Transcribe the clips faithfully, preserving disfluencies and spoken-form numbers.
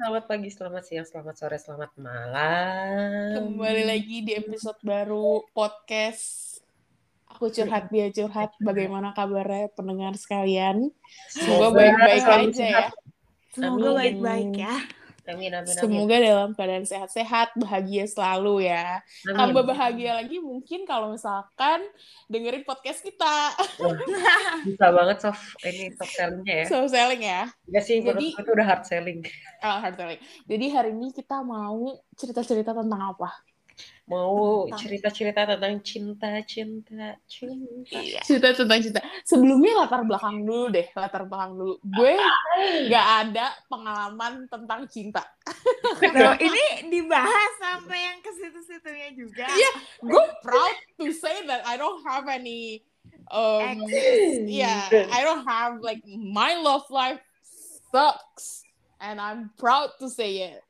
selamat pagi, selamat siang, selamat sore, selamat malam. Kembali lagi di episode baru podcast Aku Curhat Dia Curhat. Bagaimana kabarnya pendengar sekalian? Semoga Semoga baik-baik selalu aja sehat. ya. Semoga Amin. baik-baik ya. Amin, amin, amin. Semoga dalam keadaan sehat-sehat, bahagia selalu ya. Amin. Tambah bahagia lagi mungkin kalau misalkan dengerin podcast kita. Wah, bisa banget soft ini soft sellingnya ya. So selling ya. Enggak sih, menurut Jadi- gue itu udah hard selling. Oh, hard selling. Jadi hari ini kita mau cerita-cerita tentang apa? Mau Tentang- cerita-cerita tentang cinta, cinta, cinta. Iya. Cerita tentang cinta. Sebelumnya latar belakang dulu deh, latar belakang dulu. Gue nggak ada pengalaman tentang cinta. Loh, ini dibahas sampai yang ke situ-situnya juga. Iya, gue proud to say that I don't have any um yeah, I don't have like my love life sucks and I'm proud to say it.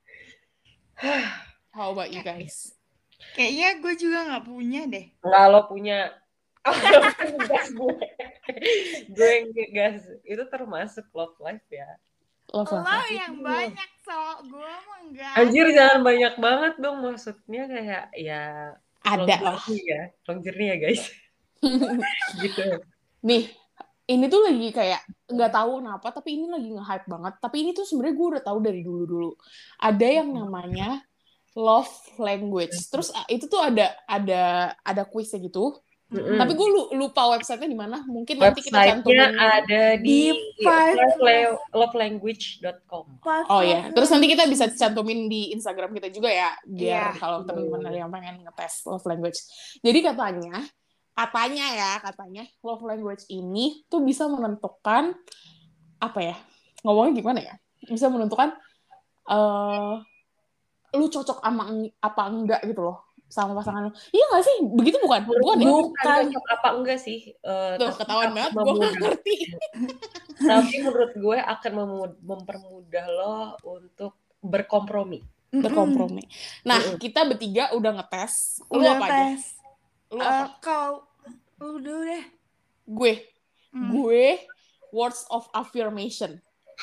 How about you guys? Kayaknya gue juga nggak punya deh. Enggak, lo punya. Oh, gas gue. Gue gas. Itu termasuk love life ya. Love Lo life. yang banyak, so gue mah enggak. Anjir, jangan banyak banget dong. Maksudnya kayak ya Ada long lah. journey ya. Long journey ya guys. Gitu. Nih, ini tuh lagi kayak nggak tahu kenapa, tapi ini lagi nge-hype banget. Tapi ini tuh sebenarnya gue udah tahu dari dulu-dulu. Ada yang namanya love language. Terus ah, itu tuh ada ada ada kuisnya gitu. Mm-mm. Tapi gue lupa websitenya di mana. Mungkin nanti kita Website-nya cantumin. ada di Di five- love language dot com. Oh ya, terus nanti kita bisa cantumin di Instagram kita juga ya, biar Iya. kalau teman-teman ada yang pengen ngetes love language. Jadi katanya, katanya ya, katanya love language ini tuh bisa menentukan apa ya? Ngomongnya gimana ya? Bisa menentukan eh lu cocok sama eng- apa enggak gitu loh sama pasangan lu. Iya nggak sih? Begitu bukan? Menurut Bukan ya? gue Bukan. bukan cocok apa enggak sih. eh, Tuh, tapi ketahuan akan banget, gue nggak memudah- ngerti. Tapi menurut gue akan memu- mempermudah lo untuk berkompromi. Mm-mm. Berkompromi. Nah, Mm-mm. kita bertiga udah ngetes. Lu Udah apa aja? tes. Lu Eh, apa? Kau, lu dulu deh. Gue. Hmm. Gue words of affirmation.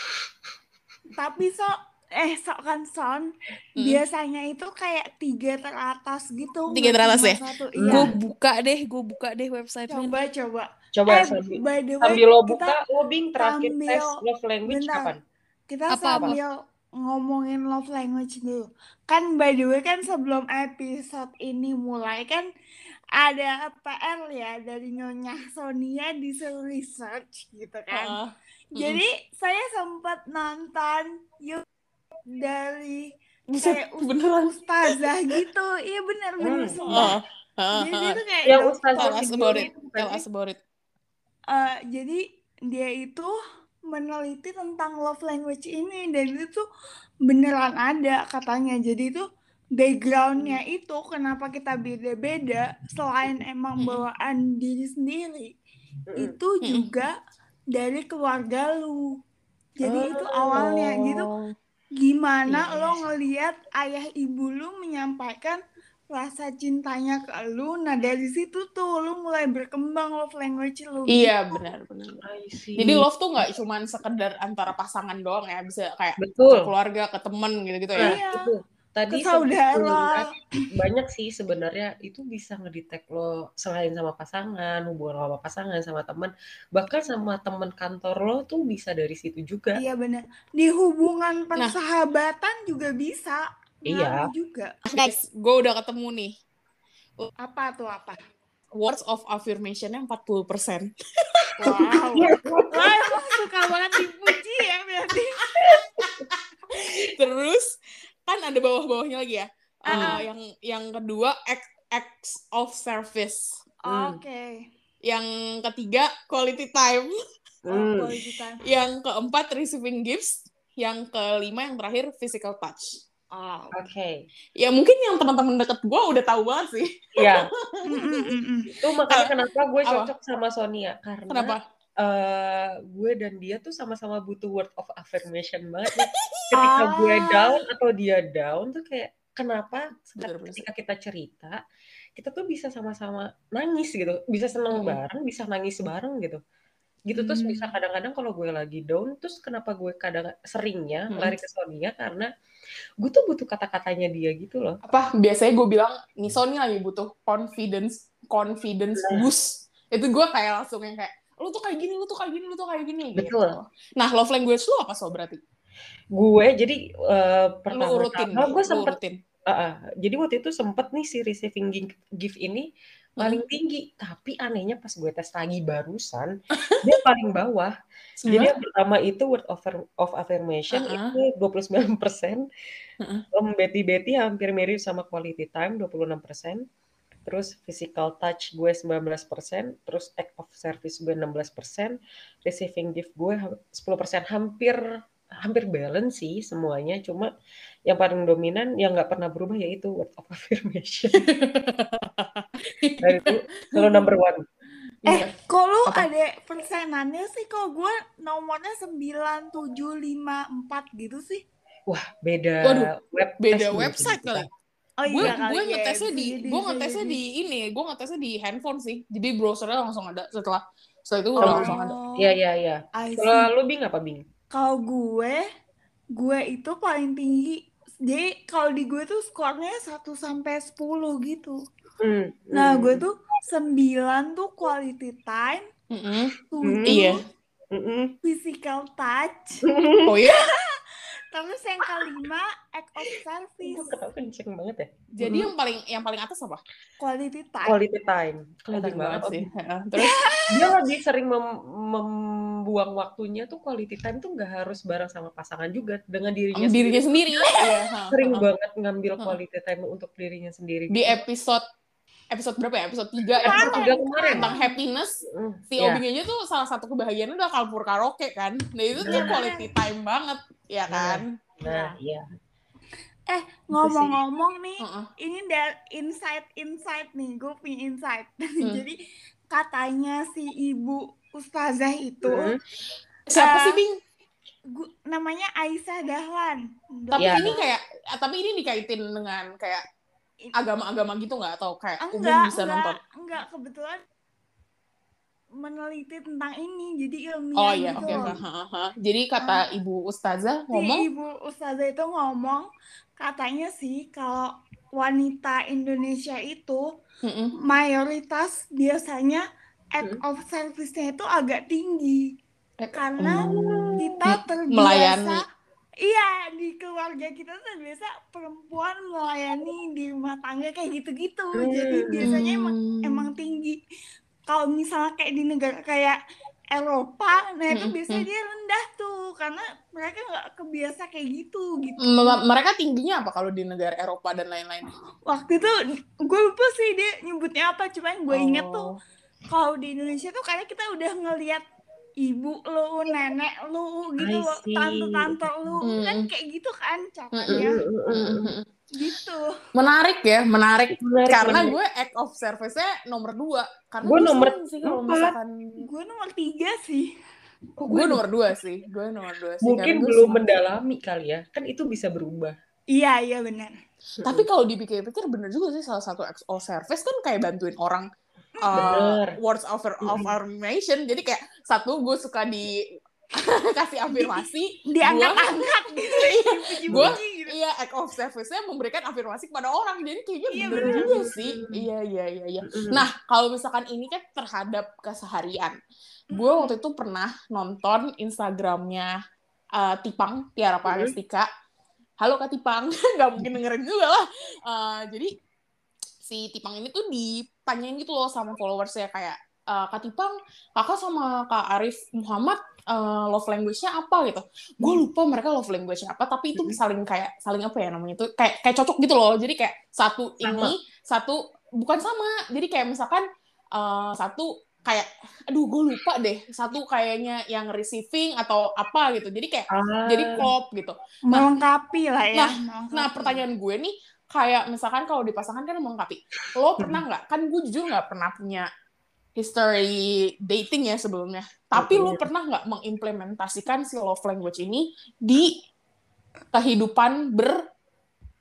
Tapi so, eh sok kan son, Hmm. biasanya itu kayak tiga teratas gitu. Tiga nggak teratas cuma ya? Satu. Hmm. Iya. Gue buka deh, gue buka deh website-nya. Coba coba. Coba eh, sambil, by the way, sambil lo kita buka, lo Bing terakhir sambil- tes love language bentar. kapan? Kita Apa-apa? sambil ngomongin love language dulu. Kan by the way kan sebelum episode ini mulai kan ada P R ya dari Nyonya Sonia disuruh research gitu kan. Heeh. Jadi saya sempat nonton YouTube dari Buset, kayak us- beneran. ustazah gitu. Iya benar-benar Hmm. sumpah. Heeh. Heeh, Jadi dia heeh. tuh kayak Yang dokter ustazah Tell us gitu. about it. itu bukan Tell sih? us about it. Eh, jadi dia itu meneliti tentang love language ini dan itu tuh beneran ada katanya. Jadi itu backgroundnya itu kenapa kita beda-beda selain emang Mm-mm. bawaan diri sendiri Mm-mm. itu Mm-mm. juga dari keluarga lu. Jadi Oh. itu awalnya gitu gimana Iya. lo ngelihat ayah ibu lu menyampaikan rasa cintanya ke lu. Nah dari situ tuh lu mulai berkembang love language lu. Iya, gitu. benar, benar. I see. Jadi love tuh nggak cuman sekedar antara pasangan doang ya, bisa kayak ke Betul. keluarga, ke temen gitu-gitu Nah, ya. Iya. itu tadi Ke saudara. sebetulnya banyak sih sebenarnya itu bisa ngedetect lo selain sama pasangan, hubungan lo sama pasangan, sama teman, bahkan sama teman kantor lo tuh bisa dari situ juga. Iya benar. Di hubungan persahabatan juga bisa. Iya. Ngaruh juga. Guys, gue udah ketemu nih. Apa tuh apa? Words of affirmation-nya empat puluh persen. Wow. Lo emang suka banget dipuji ya berarti. Terus kan ada bawah-bawahnya lagi ya. Uh, Uh-uh. yang yang kedua act, acts of service. Hmm. Oke. Yang ketiga quality time. Oh, Hmm. quality time. Yang keempat receiving gifts. Yang kelima yang terakhir physical touch. Oh. Oke. Ya mungkin yang teman-teman deket gue udah tahu banget sih. Iya. Mm-mm-mm. Itu makanya Uh, kenapa gue apa? cocok sama Sonia karena Kenapa? eh, gue dan dia tuh sama-sama butuh word of affirmation banget nih. Ketika gue Ah. down atau dia down tuh kayak kenapa Bener, bener. ketika kita cerita kita tuh bisa sama-sama nangis gitu, bisa seneng Mm-mm. bareng, bisa nangis bareng gitu. gitu. Terus bisa Hmm. kadang-kadang kalau gue lagi down, terus kenapa gue kadang seringnya Mm-mm. lari ke Sonia karena gue tuh butuh kata-katanya dia gitu loh. Apa biasanya gue bilang nih Sony lagi butuh confidence confidence Nah, boost, itu gue kayak langsung yang kayak lu tuh kayak gini lu tuh kayak gini lu tuh kayak gini gitu. betul. Nah love language lu apa so berarti Gue jadi uh, lu urutin pertama-tama nih gue lu sempet urutin uh, uh, jadi waktu itu sempet nih si receiving gi- gift ini paling Mm-mm. tinggi, tapi anehnya pas gue tes lagi barusan dia paling bawah. Jadi Sebelah yang pertama itu word of, of affirmation uh-uh. itu dua puluh sembilan persen, Uh-uh. um, Betty Betty hampir mirip sama quality time dua puluh enam persen, terus physical touch gue sembilan belas persen, terus act of service gue enam belas persen, receiving gift gue ha- sepuluh persen, hampir hampir balance sih semuanya, cuma yang paling dominan yang nggak pernah berubah yaitu word of affirmation. Dari itu selalu number one. Eh, Iya. kok lu Apa? ada persenannya sih? Kok gue nomornya sembilan tujuh lima empat gitu sih? Wah, beda Waduh, web beda test mungkin website kita. kali. Oh Gue iya kali gue ya, ngetesnya bisa di jadi, gue bisa ngetesnya jadi. di ini, gue ngetesnya di handphone sih. Jadi browsernya langsung ada setelah setelah itu Oh, udah langsung ada. iya iya iya. I Kalau see. lu Bing apa Bing? Kalau gue, gue itu paling tinggi. Jadi kalau di gue tuh skornya satu sampai sepuluh gitu. Hmm, Nah, hmm, gue tuh sembilan tuh quality time, Mm-mm. tujuh Iya. mm-mm. physical touch, Oh iya. terus yang kelima act of Gue service. ketawa kenceng banget ya. Jadi yang paling yang paling atas apa? Quality time. Quality time. Kelihatan Enak banget banget sih. Om. Heeh. Terus Dia lebih sering mem- membuang waktunya tuh quality time tuh nggak harus bareng sama pasangan juga, dengan dirinya em, dirinya sendiri. sendiri. Iya. ha, Sering ha, ha. banget ngambil Heeh. quality time untuk dirinya sendiri Di gitu. episode episode berapa ya? Episode tiga ya. Episode tiga kemarin. Tentang happiness. Mm, Si ya. Obing aja tuh salah satu kebahagiaannya udah kalpur karaoke kan. Nah itu tuh Nah, quality time banget, ya nah, kan? nah, iya. Eh, Itu sih. ngomong-ngomong nih, Heeh. ini dari insight-insight nih, gue punya insight. Hmm. Jadi katanya si ibu ustazah itu, Hmm. Siapa eh, sih Bing? gu- namanya Aisyah Dahlan. Tapi Iya. ini kayak, ah, tapi ini dikaitin dengan kayak agama-agama gitu nggak? Atau kayak umum Enggak, bisa enggak, nonton? enggak, kebetulan meneliti tentang ini, jadi ilmiah Oh iya, gitu oke. loh. ha, ha, ha. Jadi kata Ibu Ustazah Si ngomong, ibu ustazah itu ngomong, katanya sih kalau wanita Indonesia itu "Mm-mm. mayoritas biasanya act Hmm. of service-nya itu agak tinggi. Eh, Karena hmm, kita m- terbiasa, melayani." iya, di keluarga kita tuh terbiasa perempuan melayani di rumah tangga kayak gitu-gitu. Jadi Hmm. biasanya emang, Hmm. emang tinggi. Kalau misalnya kayak di negara kayak Eropa, nah itu Mm-mm. biasanya dia rendah tuh, karena mereka nggak kebiasa kayak gitu gitu. M- mereka tingginya apa kalau di negara Eropa dan lain-lain? Waktu itu gue lupa sih dia nyebutnya apa, cuman gue inget tuh Oh. kalau di Indonesia tuh karena kita udah ngelihat ibu lu, nenek lu gitu I loh, see. tante-tante lu Hmm. kan kayak gitu kan Mm-mm. caranya Mm-mm. gitu. Menarik ya, menarik. Menarik, Karena menarik. gue act of service-nya nomor dua. Karena Gue gue nomor sering sih kalau empat. misalkan Gue nomor tiga sih. Kok gue gue nomor dua sih, gue nomor dua sih. mungkin Karena gue belum sering. mendalami kali ya, kan itu bisa berubah. Iya iya benar. Tapi kalau dipikir-pikir bener juga sih, salah satu act of service kan kayak bantuin orang uh, Bener. words of, of affirmation. Jadi kayak satu gue suka di kasih afirmasi, Diangkat-angkat gitu, gue dipuji-puji gitu. iya act of service-nya memberikan afirmasi kepada orang. Jadi kayaknya Iya, bener bener. juga sih. Iya iya iya iya. Mm-mm. Nah, kalau misalkan ini kan terhadap keseharian. Gue Mm. waktu itu pernah nonton Instagramnya uh, Tipang, Tiara Panestika. Halo Kak Tipang, nggak mungkin dengerin juga lah. Uh, jadi si Tipang ini tuh ditanyain gitu loh sama followersnya kayak, uh, Kak Tipang, kakak sama Kak Arif Muhammad uh, love language-nya apa gitu. Gue lupa mereka love language-nya apa, tapi itu saling kayak, saling apa ya namanya itu, kayak kayak cocok gitu loh. Jadi kayak satu Sama. ini, satu bukan sama. Jadi kayak misalkan uh, satu kayak, aduh gue lupa deh, satu kayaknya yang receiving atau apa gitu. Jadi kayak Ah. jadi klop gitu. Melengkapi lah ya. Nah, melengkapi. Nah, pertanyaan gue nih, kayak misalkan kalau di pasangan kan melengkapi. Lo pernah nggak? Kan gue jujur nggak pernah punya history dating ya sebelumnya. Tapi lo pernah nggak mengimplementasikan si love language ini di kehidupan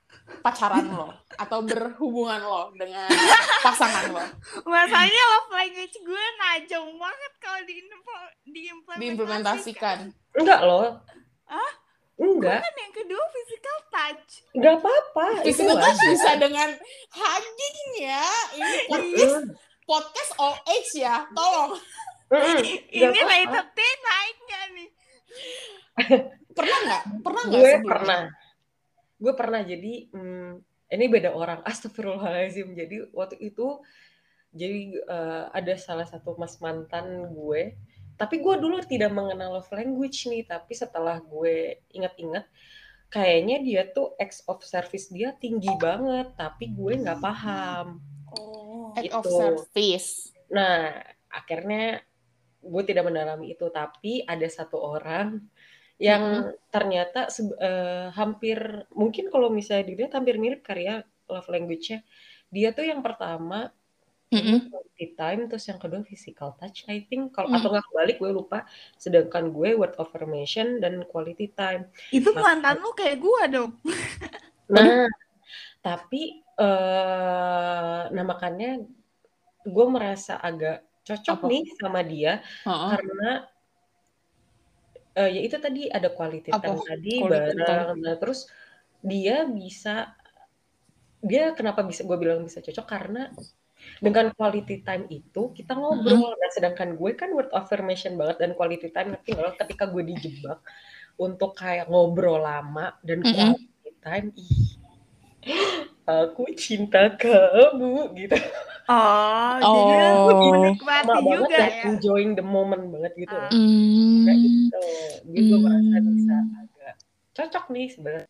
pacaran lo atau berhubungan lo dengan pasangan lo? Masanya love language gue najong banget kalau diimpl- diimplementasikan. Diimplementasikan. Enggak loh. Hah? Enggak. Kan yang kedua physical touch. Enggak apa-apa. Itu Physical touch wajar. bisa dengan hugging ya. Ini podcast podcast O H ya. Tolong. Mm-mm. Nggak Ini apa-apa. rated naik nggak nih? Pernah nggak? Pernah nggak Gue sebelumnya? pernah. Gue pernah jadi hmm, ini beda orang. Astagfirullahaladzim. Jadi waktu itu jadi eh, ada salah satu mas mantan gue. Tapi gue dulu tidak mengenal love language nih. Tapi setelah gue ingat-ingat, kayaknya dia tuh acts of service dia tinggi banget. Tapi gue nggak paham. Oh. Act of Gitu. service. Nah, akhirnya gue tidak mendalami itu. Tapi ada satu orang yang ternyata se- eh, hampir, mungkin kalau misalnya dilihat hampir mirip karya love language-nya. Dia tuh yang pertama ini Mm-mm. quality time, terus yang kedua physical touch, I think. Kalau Mm. atau nggak kebalik, gue lupa. Sedangkan gue word of affirmation dan quality time. Itu Nah, mantan lu kayak gue dong. nah tapi eh nah makanya gue merasa agak cocok Apa? nih sama dia Uh-uh. karena eh, ya itu tadi ada quality Apa? time tadi Quality bareng. time. Nah, terus dia bisa dia kenapa bisa gue bilang bisa cocok karena dengan quality time itu kita ngobrol. Nah, sedangkan gue kan word of affirmation banget dan quality time ngerti nggak lo? Ketika gue dijebak untuk kayak ngobrol lama dan Mm-mm. quality time, ih, aku cinta kamu gitu. Oh, jadi lu Oh. Lama menikmati banget juga dan ya. enjoying the moment banget gitu loh. Ah. Kayak Mm. gitu. Jadi gue merasa bisa Mm. agak cocok nih sebenarnya.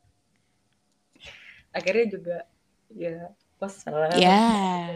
Akhirnya juga ya wassalam Ya.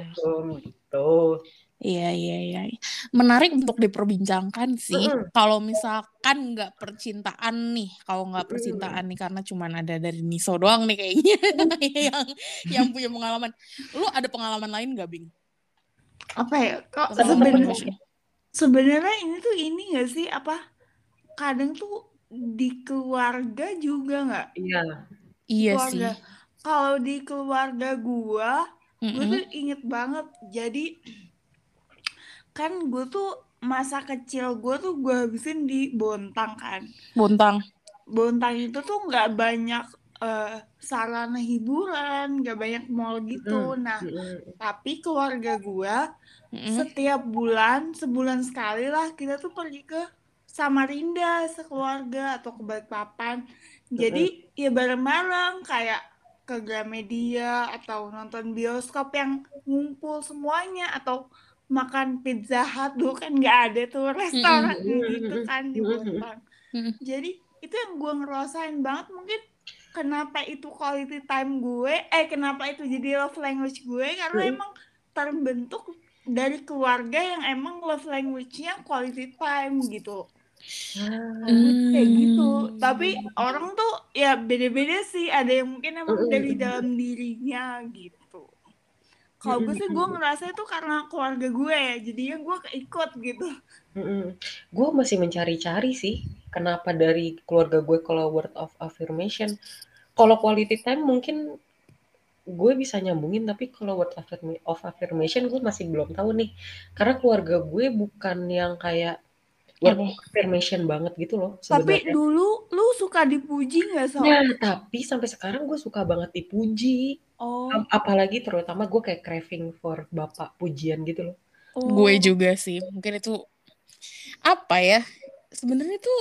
gitu. Iya, iya, iya. Menarik untuk diperbincangkan sih. Mm-mm. Kalau misalkan nggak percintaan nih, kalau nggak Mm-mm. percintaan nih, karena cuman ada dari Niso doang nih kayaknya yang yang punya pengalaman. Lu ada pengalaman lain nggak, Bing? Apa ya? Kok Tentang love Sama-sama. seben- language ini? sebenarnya ini tuh ini nggak sih apa? Kadang tuh di keluarga juga nggak? Iya. Iya Keluarga. sih. Kalau di keluarga gua, gue Mm-mm. tuh inget banget. Jadi kan gue tuh masa kecil gue tuh gue habisin di Bontang kan. Bontang. Bontang itu tuh nggak banyak eh, sarana hiburan, nggak banyak mall gitu. Mm-mm. Nah, Mm-mm. tapi keluarga gue Mm-mm. setiap bulan, sebulan sekali lah kita tuh pergi ke Samarinda sekeluarga atau ke Balikpapan. Jadi ya bareng-bareng kayak ke Gramedia atau nonton bioskop yang ngumpul semuanya atau makan Pizza Hut. Dulu kan nggak ada tuh restoran gitu kan di Bontang. Mm-mm. Jadi itu yang gue ngerasain banget. Mungkin kenapa itu quality time gue, eh kenapa itu jadi love language gue, karena Mm-mm. emang terbentuk dari keluarga yang emang love language-nya quality time gitu. Gue tuh kayak gitu. Tapi orang tuh ya beda-beda sih. Ada yang mungkin emang Mm-mm. dari dalam dirinya gitu. Kalau gue sih gue ngerasa itu karena keluarga gue ya. Jadinya gue keikut gitu. Mm-mm. Gue masih mencari-cari sih kenapa dari keluarga gue kalau word of affirmation. Kalau quality time mungkin gue bisa nyambungin, tapi kalau word affirma- of affirmation gue masih belum tahu nih. Karena keluarga gue bukan yang kayak word Apa? of affirmation banget gitu loh Tapi sebenarnya. dulu lu suka dipuji gak, Sob? Nah, tapi sampai sekarang gue suka banget dipuji. Oh, Am- Apalagi terutama gue kayak craving for bapak pujian gitu loh. Gue oh. juga sih. Mungkin itu apa ya? Sebenarnya tuh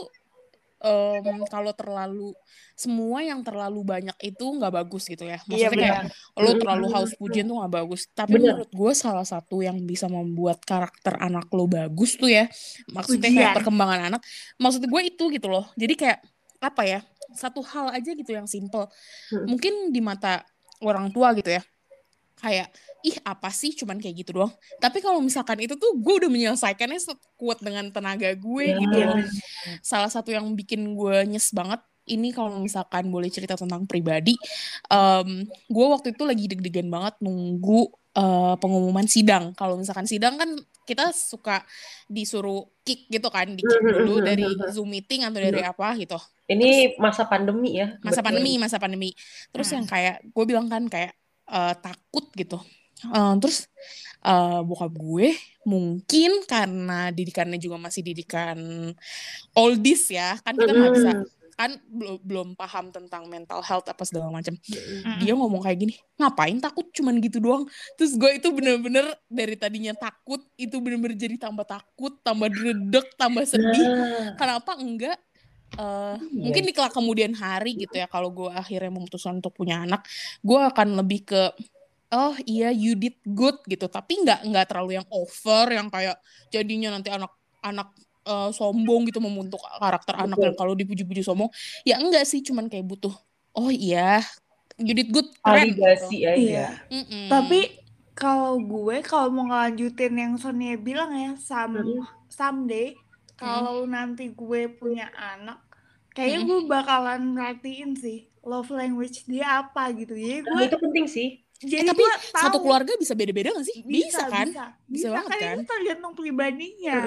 em, kalau terlalu semua yang terlalu banyak itu nggak bagus gitu ya. Iya Maksudnya kayak benar. lo terlalu haus pujian tuh nggak bagus. Tapi Bener. menurut gue salah satu yang bisa membuat karakter anak lo bagus tuh ya, maksudnya kayak Pujian. perkembangan anak. Maksud gue itu gitu loh. Jadi kayak apa ya? Satu hal aja gitu yang simple. Hmm. Mungkin di mata orang tua gitu ya, kayak ih apa sih cuman kayak gitu doang. Tapi kalau misalkan itu tuh gue udah menyelesaikannya sekuat dengan tenaga gue Ya. gitu Iya loh. benar. Salah satu yang bikin gue nyes banget ini kalau misalkan boleh cerita tentang pribadi, um, gue waktu itu lagi deg-degan banget nunggu uh, pengumuman sidang. Kalau misalkan sidang kan kita suka disuruh kick gitu kan, di kick dulu dari Zoom meeting atau dari apa gitu. Ini terus, masa pandemi ya. Masa pandemi, masa pandemi. Terus hmm. yang kayak gue bilang kan kayak uh, takut gitu. Uh, terus uh, bokap gue mungkin karena didikannya juga masih didikan oldies ya, kan kita nggak bisa kan belum belum paham tentang mental health apa segala macam. Mm-hmm. Dia ngomong kayak gini, ngapain takut cuman gitu doang. Terus gue itu bener-bener dari tadinya takut itu bener-bener jadi tambah takut, tambah dredeg, tambah sedih. Kenapa enggak? Uh, yeah. Mungkin di kelak kemudian hari gitu ya, kalau gue akhirnya memutuskan untuk punya anak, gue akan lebih ke oh iya you did good gitu, tapi nggak nggak terlalu yang over yang kayak jadinya nanti anak-anak Uh, sombong gitu, membentuk karakter Betul. Anak yang kalau dipuji-puji sombong ya enggak sih, cuman kayak butuh oh iya you did good, keren validasi gitu. Iya. Tapi kalau gue kalau mau ngelanjutin yang Sonia bilang ya some, mm-hmm. someday kalau mm. nanti gue punya anak kayaknya mm. gue bakalan merhatiin sih love language dia apa gitu. Jadi gue nah, itu penting sih. Eh, Jadi tapi tahu, satu keluarga bisa beda-beda gak sih? Bisa, bisa kan? Bisa, bisa, bisa banget kan? kan? Itu tergantung pribadinya.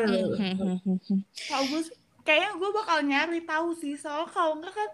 Kalau gue kayaknya gue bakal nyari tahu sih. Soalnya kalau enggak kan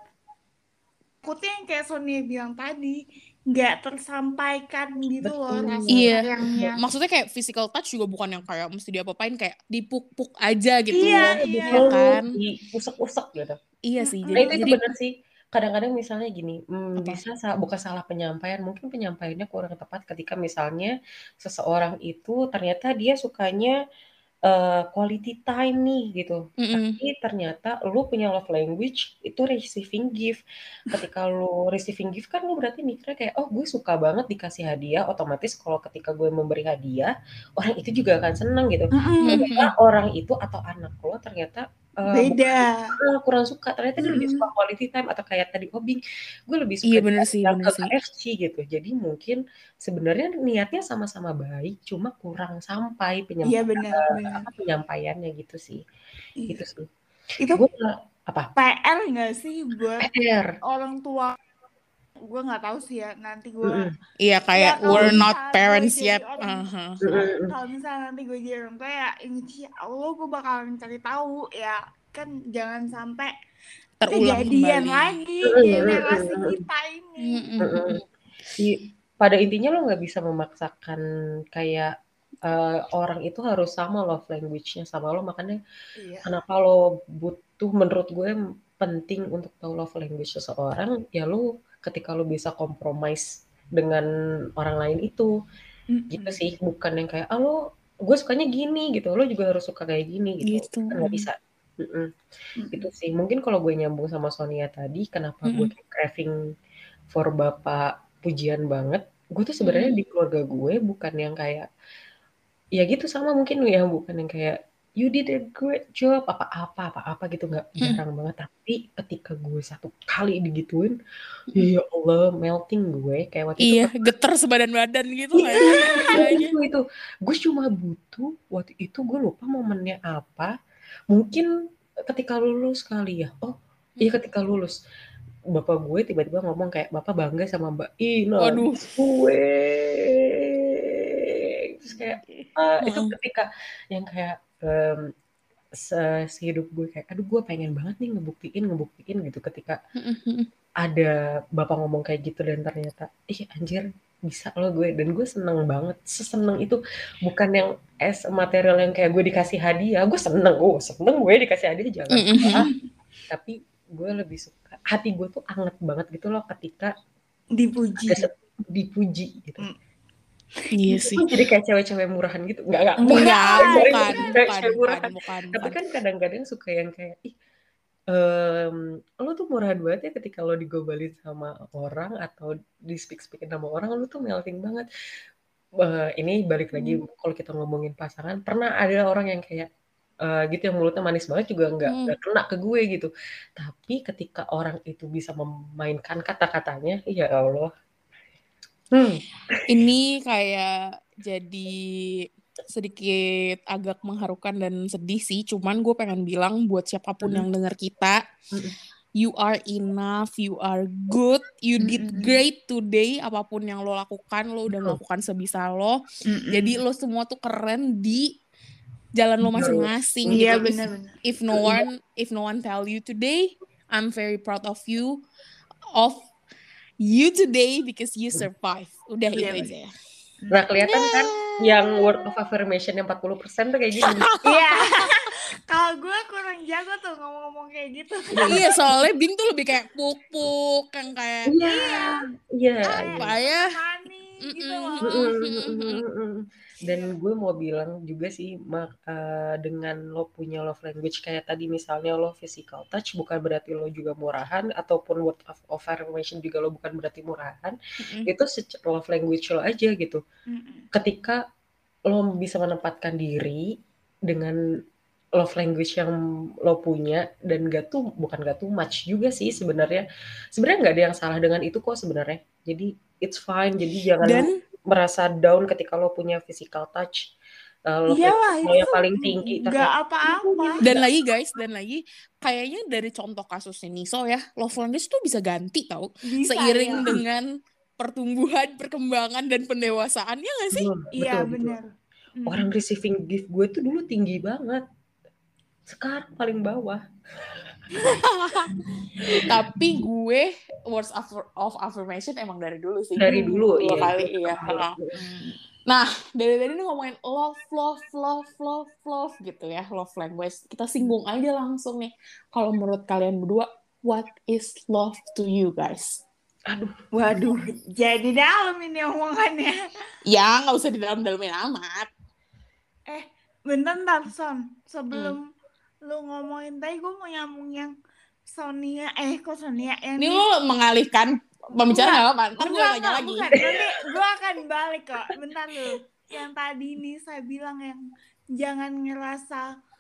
takutnya yang kayak Sonia bilang tadi nggak tersampaikan gitu loh rasa iya. sayangnya. Maksudnya kayak physical touch juga bukan yang kayak mesti diapa-apain, kayak dipuk-puk aja gitu. Iya, iya. iya kan? Usek-usek gitu. Iya sih. Nah, jadi, itu, itu jadi benar sih. Kadang-kadang misalnya gini, hmm, bisa bukan salah penyampaian, mungkin penyampaiannya kurang tepat ketika misalnya seseorang itu ternyata dia sukanya uh, quality time nih gitu, mm-mm. tapi ternyata lu punya love language itu receiving gift. Ketika lu receiving gift kan lu berarti mikirnya kayak oh gue suka banget dikasih hadiah, otomatis kalau ketika gue memberi hadiah orang itu juga akan senang gitu. Ternyata orang itu atau anak lo ternyata Uh, beda bukan, uh, kurang suka, ternyata dia mm-hmm. lebih suka quality time atau kayak tadi Obing, gue lebih suka iya, bener sih, ke bener K F C sih. Gitu. Jadi mungkin sebenarnya niatnya sama-sama baik, cuma kurang sampai penyampa- iya, bener, uh, bener. apa penyampaiannya gitu sih. Iya. Gitu sih. Itu gue, apa? P R nggak sih buat P R. orang tua? Gue nggak tahu sih ya, nanti gue mm-hmm. iya kayak ya, we're not parents yet. Uh-huh. Mm-hmm. Kalau misalnya nanti gue jadi orang tua ya insya Allah gue bakalan cari tahu ya, kan jangan sampai terulang kejadian kembali lagi generasi kita ini. Mm-hmm. Di, pada intinya lo nggak bisa memaksakan kayak uh, orang itu harus sama love language-nya sama lo, makanya iya. Kenapa lo butuh, menurut gue penting untuk tahu love language seseorang ya lo ketika lo bisa compromise dengan orang lain itu, mm-hmm. gitu sih, bukan yang kayak ah lo gue sukanya gini gitu, lo juga harus suka kayak gini gitu, gitu. Kan nggak bisa. Mm-mm. Mm-hmm. Gitu sih. Mungkin kalau gue nyambung sama Sonia tadi, kenapa mm-hmm. gue kayak craving for bapak pujian banget, gue tuh sebenarnya mm-hmm. di keluarga gue bukan yang kayak ya gitu sama mungkin ya, bukan yang kayak you did a great job apa-apa apa-apa gitu, nggak hmm. jarang banget. Tapi ketika gue satu kali digituin, hmm. ya Allah melting gue kayak waktu iya, itu. Iya, geter sebadan badan gitu kan. Iya, itu itu. Gue cuma butuh waktu itu, gue lupa momennya apa. Mungkin ketika lulus kali ya. Oh, hmm. iya ketika lulus. Bapak gue tiba-tiba ngomong kayak bapak bangga sama Mbak Ina. Waduh. Gue. Terus kayak uh, hmm. itu ketika yang kayak Um, se- sehidup gue kayak aduh gue pengen banget nih ngebuktiin ngebuktiin gitu ketika mm-hmm. ada bapak ngomong kayak gitu dan ternyata ih anjir bisa lo gue, dan gue seneng banget, seseneng itu. Bukan yang es material yang kayak gue dikasih hadiah, gue seneng, oh seneng gue dikasih hadiah jangan mm-hmm. salah, tapi gue lebih suka hati gue tuh anget banget gitu loh ketika dipuji dipuji gitu. Mm. Iya sih. Jadi kayak cewek-cewek murahan gitu. Enggak, enggak. Enggak, bukan, bukan, bukan, bukan, bukan, bukan. Tapi kan kadang-kadang suka yang kayak, ih, um, lo tuh murahan banget ya ketika lo digobalin sama orang atau di speak-speakin sama orang, lo tuh melting banget. Uh, ini balik lagi, hmm. kalau kita ngomongin pasangan, pernah ada orang yang kayak, uh, gitu yang mulutnya manis banget juga enggak, hmm. enggak kena ke gue gitu. Tapi ketika orang itu bisa memainkan kata-katanya, ya Allah. Hmm. Ini kayak jadi sedikit agak mengharukan dan sedih sih, cuman gue pengen bilang buat siapapun mm-hmm. yang dengar kita, mm-hmm. you are enough, you are good, you mm-hmm. did great today, apapun yang lo lakukan, lo udah melakukan sebisa lo, mm-hmm. jadi lo semua tuh keren di jalan lo Betul. masing-masing Iya, gitu. If benar-benar. if no one if no one tell you today, I'm very proud of you of you today because you survive. Udah Iya, itu benar. aja ya. Nah, kelihatan kan yang word of Ya. affirmation yang empat puluh persen tuh kayak gini. Iya. Kalau gue kurang jago tuh ngomong-ngomong kayak gitu. Iya, soalnya Bing tuh lebih kayak puk-puk yang kayak Iya, iya. apa Kayak ya? menemani gitu Mm-mm, loh. Mm-mm, mm-mm, mm-mm, mm-mm. mm-mm. Dan gue mau bilang juga sih, mak, eh, dengan lo punya love language kayak tadi misalnya lo physical touch bukan berarti lo juga murahan, ataupun word of affirmation juga lo bukan berarti murahan. Mm-mm. Itu sec- love language lo aja gitu. Mm-mm. Ketika lo bisa menempatkan diri dengan love language yang lo punya dan gak tuh bukan gak too much juga sih sebenarnya. Sebenarnya nggak ada yang salah dengan itu kok sebenarnya. Jadi it's fine. Jadi jangan Dan merasa down ketika lo punya physical touch. Uh, love Iyalah, language lo itu yang tuh paling tinggi nggak ternyata apa-apa. dan lagi guys, dan lagi kayaknya dari contoh kasusnya Niso ya, love language tuh bisa ganti tau. Bisa, Seiring ya. dengan pertumbuhan, perkembangan dan pendewasaan, ya nggak sih? betul, Iya, betul, betul. benar. Mm. Orang receiving gift gue tuh dulu tinggi banget. Sekarang paling bawah. Tapi gue words of, of affirmation emang dari dulu sih. Dari dulu, Dua iya. kali, itu iya. betul. Ha. Nah, dari tadi nih ngomongin love, love, love, love, love gitu ya, love language. Kita singgung aja langsung nih. Kalau menurut kalian berdua, what is love to you guys? Aduh, Waduh, jadi dalam ini omongannya. Ya, nggak usah di dalam-dalamin amat. Eh, bentar, bentar, Son. Sebelum lu ngomongin tadi, gue mau nyambung yang Sonia. Eh, kok Sonia? Yang Ini di- lo mengalihkan pembicaraan nggak apa-apa. Ntar gue Enggak, tanya enggak, lagi. bukan. Nanti gue akan balik kok. Bentar lu. Yang tadi nih saya bilang yang jangan ngerasa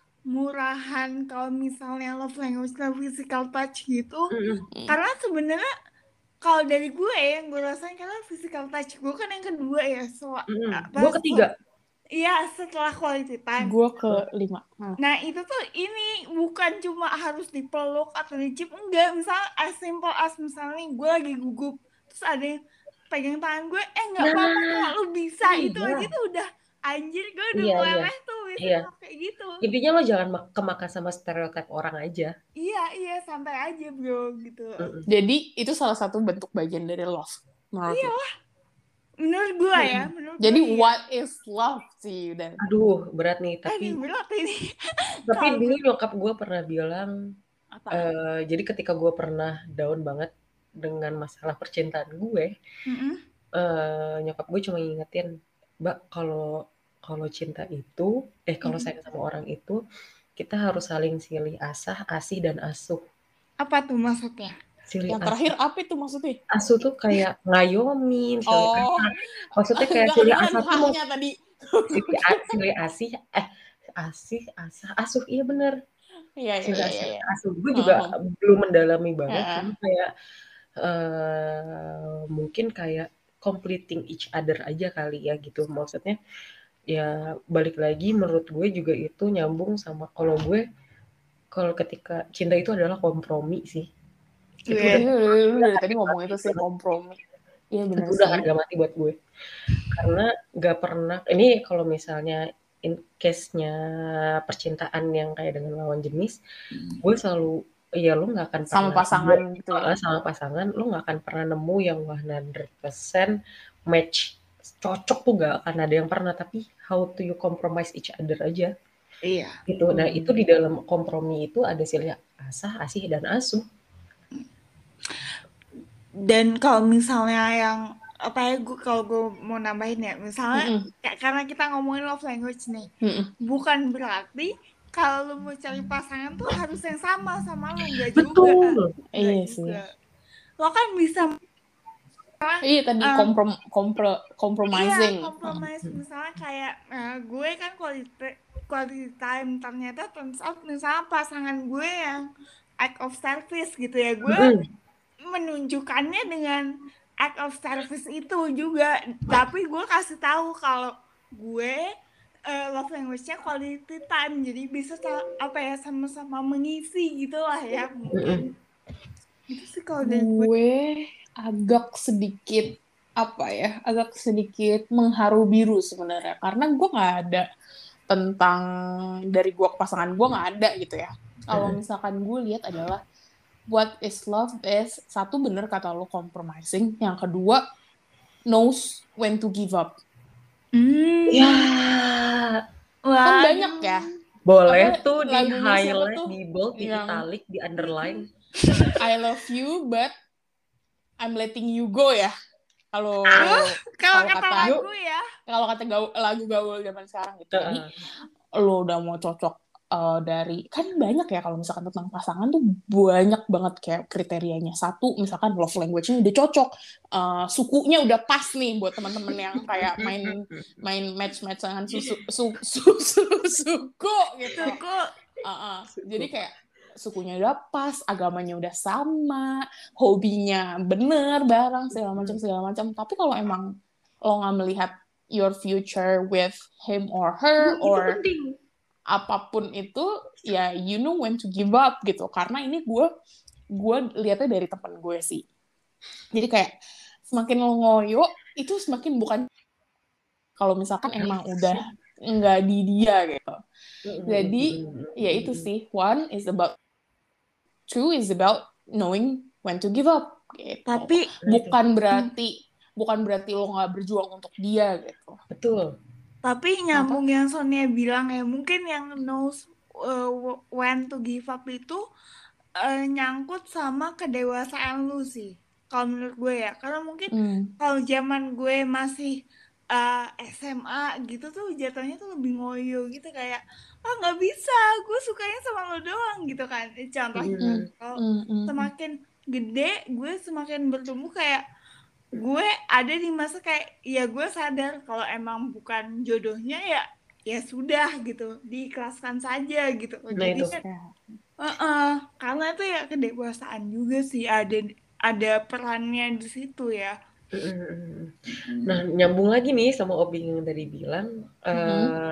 murahan kalau misalnya love language lo physical touch gitu. mm-mm. Karena sebenarnya kalau dari gue yang gue rasain karena physical touch gue kan yang kedua ya. So, Mm-mm. apa, Gue ketiga. Iya, setelah quality time. Gue ke lima. Hmm. Nah itu tuh ini bukan cuma harus dipeluk atau dicium, enggak. Misalnya as simple as misalnya gue lagi gugup terus ada yang pegang tangan gue, eh nggak Nah, apa-apa kok, lu bisa. iya. Itu aja tuh udah anjir, gue udah Iya, iya. meleleh tuh biasanya Iya. kayak gitu. Intinya lo jangan mak- kemakan sama stereotip orang aja. Iya iya santai aja bro gitu. Mm-mm. Jadi itu salah satu bentuk bagian dari love menurut lo. Menurut gue ya, menurut Jadi gue, what is love to you then? Aduh, berat nih. Aduh Tapi berat ini. tapi Kalau- dulu nyokap gue pernah bilang, Apa? eh, jadi ketika gue pernah down banget dengan masalah percintaan gue, Mm-mm. eh, nyokap gue cuma ngingetin, Mbak, kalau kalau cinta itu, eh kalau Mm. sayang sama orang itu, kita harus saling silih asah, asih dan asuh. Apa tuh maksudnya? Silih Yang asah, terakhir apa itu maksudnya? asuh tuh kayak ngayomin, silih Oh, asah. Maksudnya kayak nggak silih kedengeran asah tuh mau haknya tadi. silih, a- silih asih, eh asih, asah, asuh, iya bener. Iya, iya, Silih iya, asih, iya. asuh. Gue juga belum mendalami banget, Heeh. cuma kayak eh mungkin kayak completing each other aja kali ya gitu. Maksudnya ya balik lagi menurut gue juga itu nyambung sama kalau gue kalau ketika cinta itu adalah kompromi sih. Itu Iya. udah, Lu, lu, lu dari tadi ngomong itu sih kompromi. Iya benar itu udah sih. harga mati buat gue. Karena gak pernah, ini kalau misalnya in case-nya percintaan yang kayak dengan lawan jenis, gue selalu, ya lu gak akan Sama pernah pasangan nemu, gitu ya. eh, sama pasangan, lu gak akan pernah nemu yang seratus persen match. Cocok tuh gak akan ada yang pernah, tapi how to you compromise each other aja. Iya. Gitu. Nah, itu di dalam kompromi itu ada silih asah, asih, dan asuh. Dan kalau misalnya yang apa ya, gue kalau gue mau nambahin ya, misalnya Mm-mm. kayak karena kita ngomongin love language nih, Mm-mm. bukan berarti kalau lu mau cari pasangan tuh harus yang sama sama lu, nggak Betul. juga. Nggak Iya sih. juga. Lo kan bisa Iya tadi Um, komprom kompro compromising. iya compromise, misalnya kayak eh, gue kan quality quality time, ternyata turns out misalnya pasangan gue yang act of service gitu ya, gue Mm-mm. menunjukkannya dengan act of service itu juga, tapi gue kasih tahu kalau gue uh, love language-nya quality time, jadi bisa sa- apa ya sama-sama mengisi gitulah ya mungkin. Itu sih kalau dari gue. Gue agak sedikit apa ya, agak sedikit mengharu biru sebenarnya karena gue nggak ada tentang dari gue ke pasangan gue nggak ada gitu ya. Kalau misalkan gue lihat adalah what is love is, satu bener kata lo compromising, yang kedua knows when to give up. Hmm. Ya, Kan Waduh. banyak ya. boleh Apa, tuh di lagunya siapa highlight, tuh? di bold, di Yang italic, di underline. I love you but I'm letting you go ya. Kalau Uh, kalau kalau kata kata lagu ya. kalau kata gaul, lagu gaul zaman sekarang gitu. Jadi Uh, lo udah mau cocok uh, dari, kan banyak ya kalau misalkan tentang pasangan tuh banyak banget kayak kriterianya. Satu misalkan love language-nya udah cocok, uh, sukunya udah pas nih buat teman-teman yang kayak main main match-matchan susu su, su, su, suku gitu. Suku. Uh-uh. Jadi kayak sukunya udah pas, agamanya udah sama, hobinya bener bareng segala macam segala macam. Tapi kalau emang lo nggak melihat your future with him or her itu or penting. apapun itu, ya you know when to give up gitu. Karena ini gue gue lihatnya dari temen gue sih. Jadi kayak semakin lo ngoyo itu semakin bukan, kalau misalkan emang udah nggak di dia gitu. Jadi ya itu sih, one is about, two is about knowing when to give up gitu. Tapi bukan berarti bukan berarti lo nggak berjuang untuk dia gitu. Betul. Tapi nyambung yang Sonia bilang ya, mungkin yang knows uh, when to give up itu uh, nyangkut sama kedewasaan lu sih. Kalau menurut gue ya, karena mungkin Hmm. kalau zaman gue masih uh, S M A gitu tuh jatuhnya tuh lebih ngoyo gitu, kayak ah nggak bisa, gue sukanya sama lo doang gitu kan. Contohnya Hmm. kalau Hmm. Hmm. semakin gede gue semakin bertumbuh, kayak gue ada di masa kayak ya gue sadar kalau emang bukan jodohnya ya ya sudah gitu, diikhlaskan saja gitu. Nah Jadi itu. kan uh-uh, karena itu ya kedewasaan juga sih, ada ada perannya di situ ya. Nah nyambung lagi nih sama Obi yang tadi bilang, uh,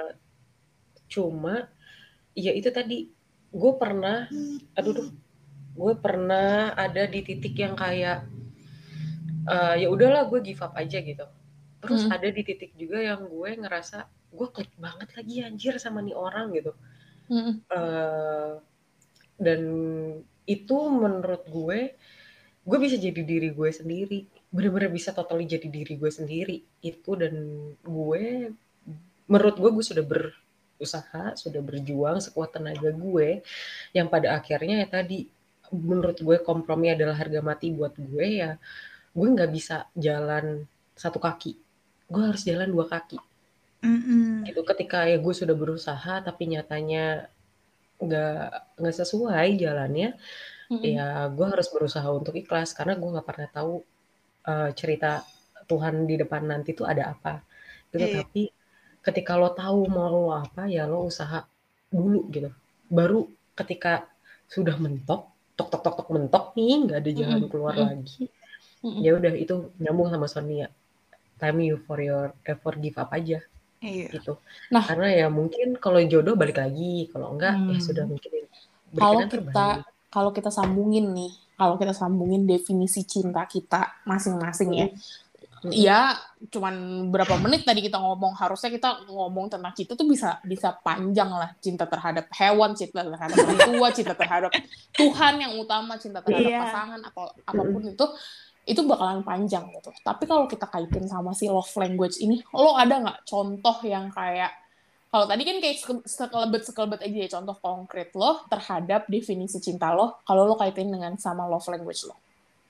cuma ya itu tadi gue pernah, aduh duh, gue pernah ada di titik yang kayak uh, ya udahlah gue give up aja gitu. Terus Hmm. ada di titik juga yang gue ngerasa gue klik banget lagi anjir sama nih orang gitu. Hmm. Uh, dan itu menurut gue, gue bisa jadi diri gue sendiri, bener-bener bisa totally jadi diri gue sendiri itu. Dan gue, menurut gue gue sudah berusaha, sudah berjuang sekuat tenaga gue, yang pada akhirnya ya tadi, menurut gue kompromi adalah harga mati buat gue. Ya gue nggak bisa jalan satu kaki, gue harus jalan dua kaki. Mm-mm. Gitu. Ketika ya gue sudah berusaha tapi nyatanya nggak nggak sesuai jalannya, Mm-mm. ya gue harus berusaha untuk ikhlas, karena gue nggak pernah tahu uh, cerita Tuhan di depan nanti tuh ada apa gitu. Iya. Tapi ketika lo tahu mau lo apa, ya lo usaha dulu gitu. Baru ketika sudah mentok, tok tok tok tok mentok nih, nggak ada jalan Mm-mm. keluar Mm-mm. lagi, Mm-mm. ya udah itu nyambung sama Sonia, time you for your effort, give up aja. Iya. Gitu. Nah, karena ya mungkin kalau jodoh balik lagi, kalau enggak hmm. ya sudah, mungkin kalau berikan kita terbaik. kalau kita sambungin nih, kalau kita sambungin definisi cinta kita masing-masing ya. Mm-hmm. Ya, cuman berapa menit tadi kita ngomong, harusnya kita ngomong tentang cinta tuh bisa bisa panjang lah. Cinta terhadap hewan, cinta terhadap orang tua, cinta terhadap Tuhan yang utama, cinta terhadap Iya. pasangan atau apapun itu, itu bakalan panjang gitu. Tapi kalau kita kaitin sama si love language ini, lo ada nggak contoh yang kayak, kalau tadi kan kayak sekelebet-sekelebet aja ya, contoh konkret lo terhadap definisi cinta lo, kalau lo kaitin dengan sama love language lo.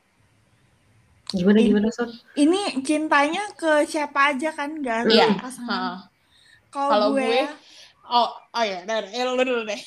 Gimana gimana Son? Ini cintanya ke siapa aja kan, gak harus Iya. pasangan. Kalau gue, gue, oh oh ya, dari eh, lo dulu deh.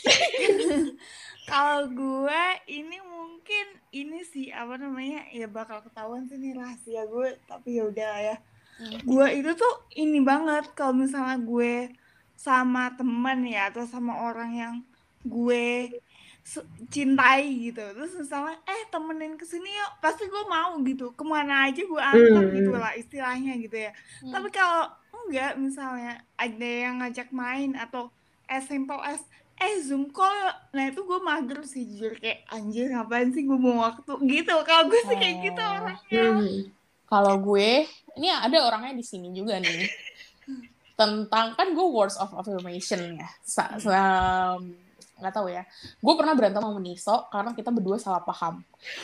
Kalau gue ini mungkin ini sih apa namanya, ya bakal ketahuan sih nih rahasia gue, tapi ya udah ya. Hmm. Gue itu tuh ini banget kalau misalnya gue sama teman ya atau sama orang yang gue cintai gitu, terus misalnya eh temenin kesini yuk, pasti gue mau gitu, kemana aja gue antar hmm. gitu lah istilahnya gitu ya. Hmm. Tapi kalau enggak, misalnya ada yang ngajak main atau as simple as eh zoom call, nah itu gue mager sih jujur, kayak anjir ngapain sih gue mau waktu gitu. Kalau gue sih kayak gitu orangnya. Hmm. Kalau gue, ini ada orangnya di sini juga nih. tentang, kan gue words of affirmation ya. Sa- sa- nggak tahu ya. Gue pernah berantem sama Niso karena kita berdua salah paham.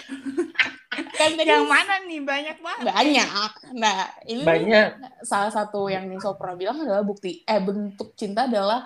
Kan tadi Yang mana nih? Banyak banget. banyak. Nah, ini Banyak. salah satu yang Niso pernah bilang adalah bukti eh bentuk cinta adalah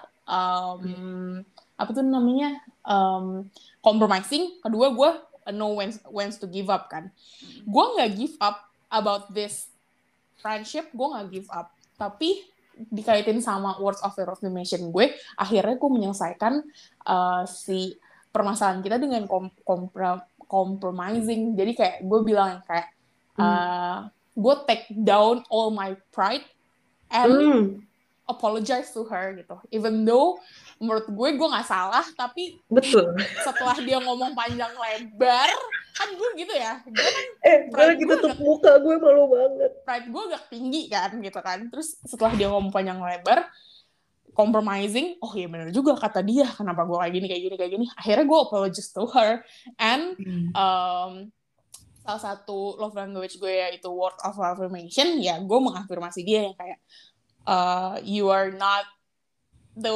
um, apa tuh namanya um, compromising. Kedua, gue know when when to give up kan. Gue nggak give up about this friendship, gue nggak give up. Tapi dikaitin sama words of affirmation gue, akhirnya gue menyelesaikan uh, si permasalahan kita dengan kom- kompro- compromising. Jadi kayak gue bilang kayak uh, gue take down all my pride and Mm. apologize to her gitu. Even though menurut gue gue nggak salah, tapi Betul. setelah dia ngomong panjang lebar, kan gue gitu ya, gue kan Eh, gue pride lagi gue tutup agak, muka, gue malu banget. pride gue agak tinggi kan gitu kan. Terus setelah dia ngomong panjang lebar, compromising, oh iya benar juga kata dia, kenapa gue kayak gini kayak gini kayak gini. Akhirnya gue apologize to her, and um, salah satu love language gue yaitu word of affirmation, ya gue mengafirmasi dia yang kayak uh, you are not the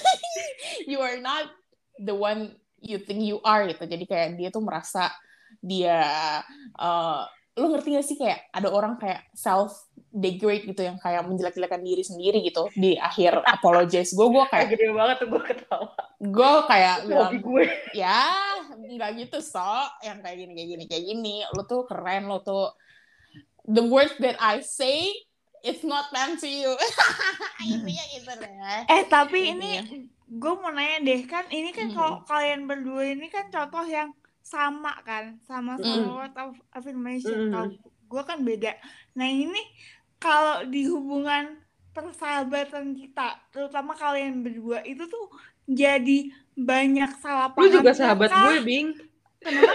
you are not the one you think you are gitu. Jadi kayak dia tuh merasa dia uh, lu ngerti gak sih kayak ada orang kayak self degrade gitu yang kayak menjelek-jelekan diri sendiri gitu di akhir apologize gue gue kayak gede banget tuh gue ketawa. Gue kayak bilang gue. ya nggak gitu so yang kayak gini kayak gini kayak gini lu tuh keren, lu tuh the words that I say it's not meant to you. Intinya gitu deh. Eh tapi Intinya. ini gue mau nanya deh, kan ini kan Mm-hmm. kalau kalian berdua ini kan contoh yang sama kan, sama-sama Mm. word of affirmation. Mm. Kalau gue kan beda. Nah ini kalau di hubungan persahabatan kita, terutama kalian berdua itu tuh jadi banyak salah paham. Lu juga sahabat kah? gue, Bing. Kenapa?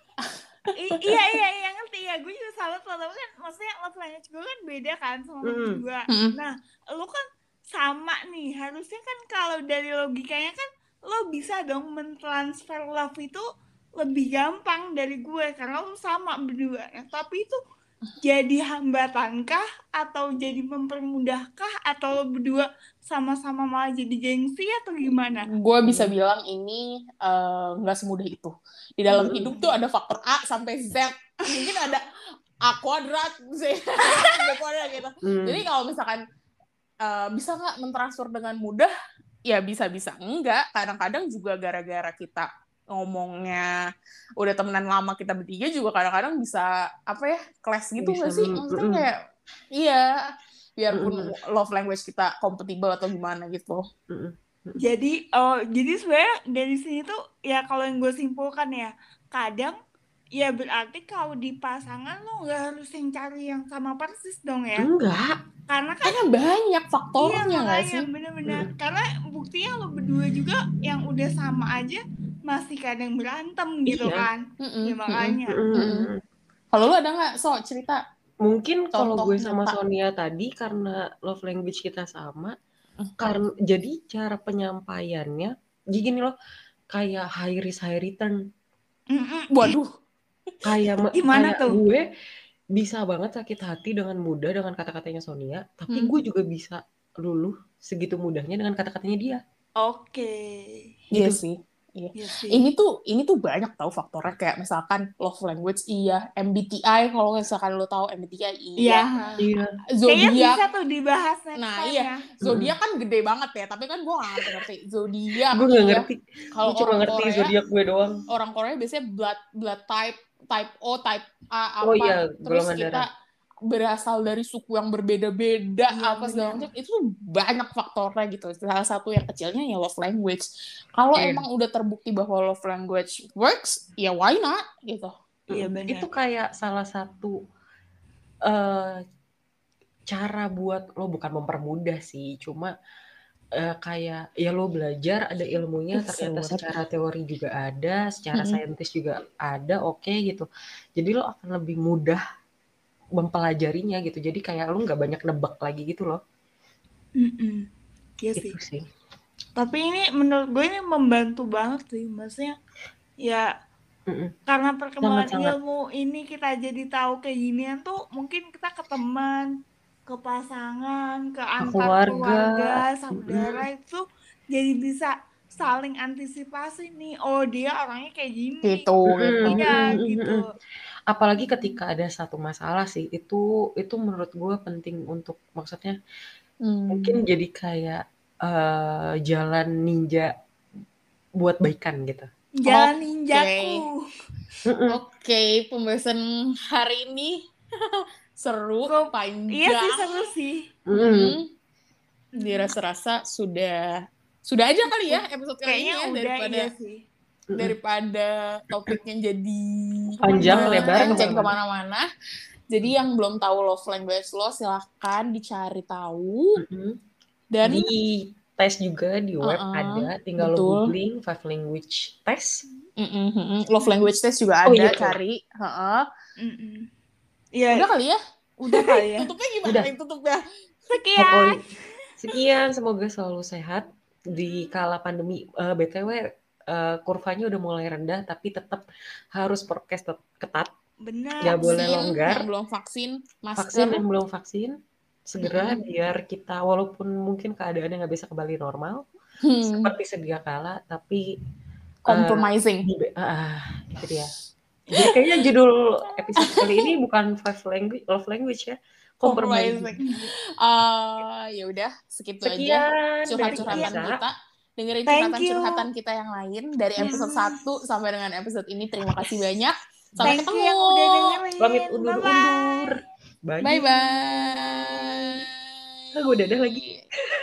I- iya iya iya ngerti ya, gue juga sahabat lo, tapi kan maksudnya love language gue kan beda kan sama lo Mm. berdua. Mm. Nah lo kan sama nih, harusnya kan kalau dari logikanya kan lo bisa dong mentransfer love itu lebih gampang dari gue karena lo sama berdua. Nah, tapi itu jadi hambatankah atau jadi mempermudahkah atau lo berdua sama-sama malah jadi gengsi atau gimana? Gue bisa bilang ini nggak uh, semudah itu. Di dalam Mm. hidup tuh ada faktor A sampai Z. Mungkin ada A kuadrat, Z, B kuadrat gitu. Mm. Jadi kalau misalkan uh, bisa nggak mentransfer dengan mudah, ya bisa-bisa enggak. Kadang-kadang juga gara-gara kita ngomongnya udah temenan lama kita bertiga juga kadang-kadang bisa apa ya clash gitu nggak sih? Maksudnya mm. kayak iya biarpun Mm. love language kita compatible atau gimana gitu. Mm. Jadi oh jadi sebenarnya dari sini tuh ya kalau yang gue simpulkan ya, kadang ya berarti kalau di pasangan lo nggak harus yang cari yang sama persis dong ya. Enggak. Karena kan Karena banyak faktornya nggak iya, sih? benar-benar. Karena buktinya lo berdua juga yang udah sama aja masih kadang berantem gitu Iya. kan. Mm-mm, Ya makanya. mm-mm. Kalau lu ada nggak so cerita? Mungkin kalau Contoh gue sama nyata. Sonia tadi karena love language kita sama, Mm. karena jadi cara penyampaiannya jadi gini loh, kayak high risk high return. Mm-mm. Waduh. Kayak ma- Gimana kayak tuh? gue bisa banget sakit hati dengan mudah dengan kata-katanya Sonia, tapi Hmm. gue juga bisa luluh segitu mudahnya dengan kata-katanya dia. Oke. Iya Gitu. sih. Iya. Iya sih. Ini tuh ini tuh banyak tahu faktornya kayak misalkan love language iya, M B T I kalau misalkan lo tahu M B T I Iya. iya, Iya. Kayaknya zodiak. bisa tuh dibahas next Nah time iya, ya. zodiak kan gede banget ya, tapi kan gue nggak ngerti-ngerti zodiak. Gue nggak iya. ngerti. Kalau Gue cuma orang ngerti Korea, zodiak gue doang. orang Korea biasanya blood blood type type O, type A apa. Oh iya, Terus golongan kita darah. berasal dari suku yang berbeda-beda Iya, apa segala benar. macam, itu banyak faktornya gitu. Salah satu yang kecilnya ya love language. Kalau Iya. emang udah terbukti bahwa love language works, ya why not gitu. Iya benar. Itu kayak salah satu uh, cara buat lo bukan mempermudah sih, cuma uh, kayak ya lo belajar ada ilmunya, Ih, ternyata seru secara teori juga ada, secara Mm-mm. saintis juga ada, oke gitu. Jadi lo akan lebih mudah mempelajarinya gitu. Jadi kayak lo nggak banyak nebak lagi gitu loh. Mm-mm. Iya sih. Itu sih. Tapi ini menurut gue ini membantu banget sih, maksudnya ya Mm-mm. karena perkembangan Sangat-sangat. ilmu ini kita jadi tahu kayak ginian tuh mungkin kita ke teman ke pasangan, ke Ke antar keluarga. keluarga, Mm-mm. saudara itu jadi bisa saling antisipasi nih. Oh, dia orangnya kayak gini. Gitu, Mm-mm, gitu. Iya, mm-mm, gitu. mm-mm. Apalagi ketika ada satu masalah sih, itu itu menurut gue penting untuk maksudnya mungkin Hmm. jadi kayak eh, jalan ninja buat baikan gitu. Jalan Oke. ninjaku. Mm-mm. Oke, pembahasan hari ini seru, Kok iya sih panjang. seru sih. Mm-mm. Hmm. Dirasa-rasa sudah sudah aja kali ya episode kali Kayaknya ini ya, udah daripada iya sih. Mm-mm. daripada topiknya jadi Panjang, Kemana-mana. lebar, melenceng kemana-mana. kemana-mana. Jadi yang belum tahu love language lo silahkan dicari tahu Mm-mm. dan Di tes juga di web uh-uh, ada, tinggal lo betul. googling five language test. Mm-mm, mm-mm. Love language test juga Oh ada, iya, tuh. cari. Heeh. Mm-mm. Iya, Udah kali ya? udah kali ya. Tutupnya gimana Udah. nih tutupnya? Sekian. Pokoknya sekian, semoga selalu sehat di kala pandemi. Eh, B T W eh, kurvanya udah mulai rendah, tapi tetap harus prokes tet- ketat. Benar. Nggak boleh Vaksin longgar. yang belum vaksin, Vaksin masker. yang belum vaksin segera Mm-mm. biar kita walaupun mungkin keadaannya nggak bisa kembali normal Hmm. seperti sedia kala, tapi eh, Compromising. di- ah itu dia. Jadi kayaknya judul episode kali ini bukan five language love language ya, compromising. Compromising. Uh, ya udah segitu aja Sekian dari curhat-curhatan Isa. kita. Dengerin Thank curhatan-curhatan kita yang lain dari Yes. episode satu sampai dengan episode ini. Terima kasih banyak. Sampai Thank you ketemu. yang udah dengerin. Pamit undur-undur. Bye-bye. Bye. Bye bye. Ah, gue dadah lagi.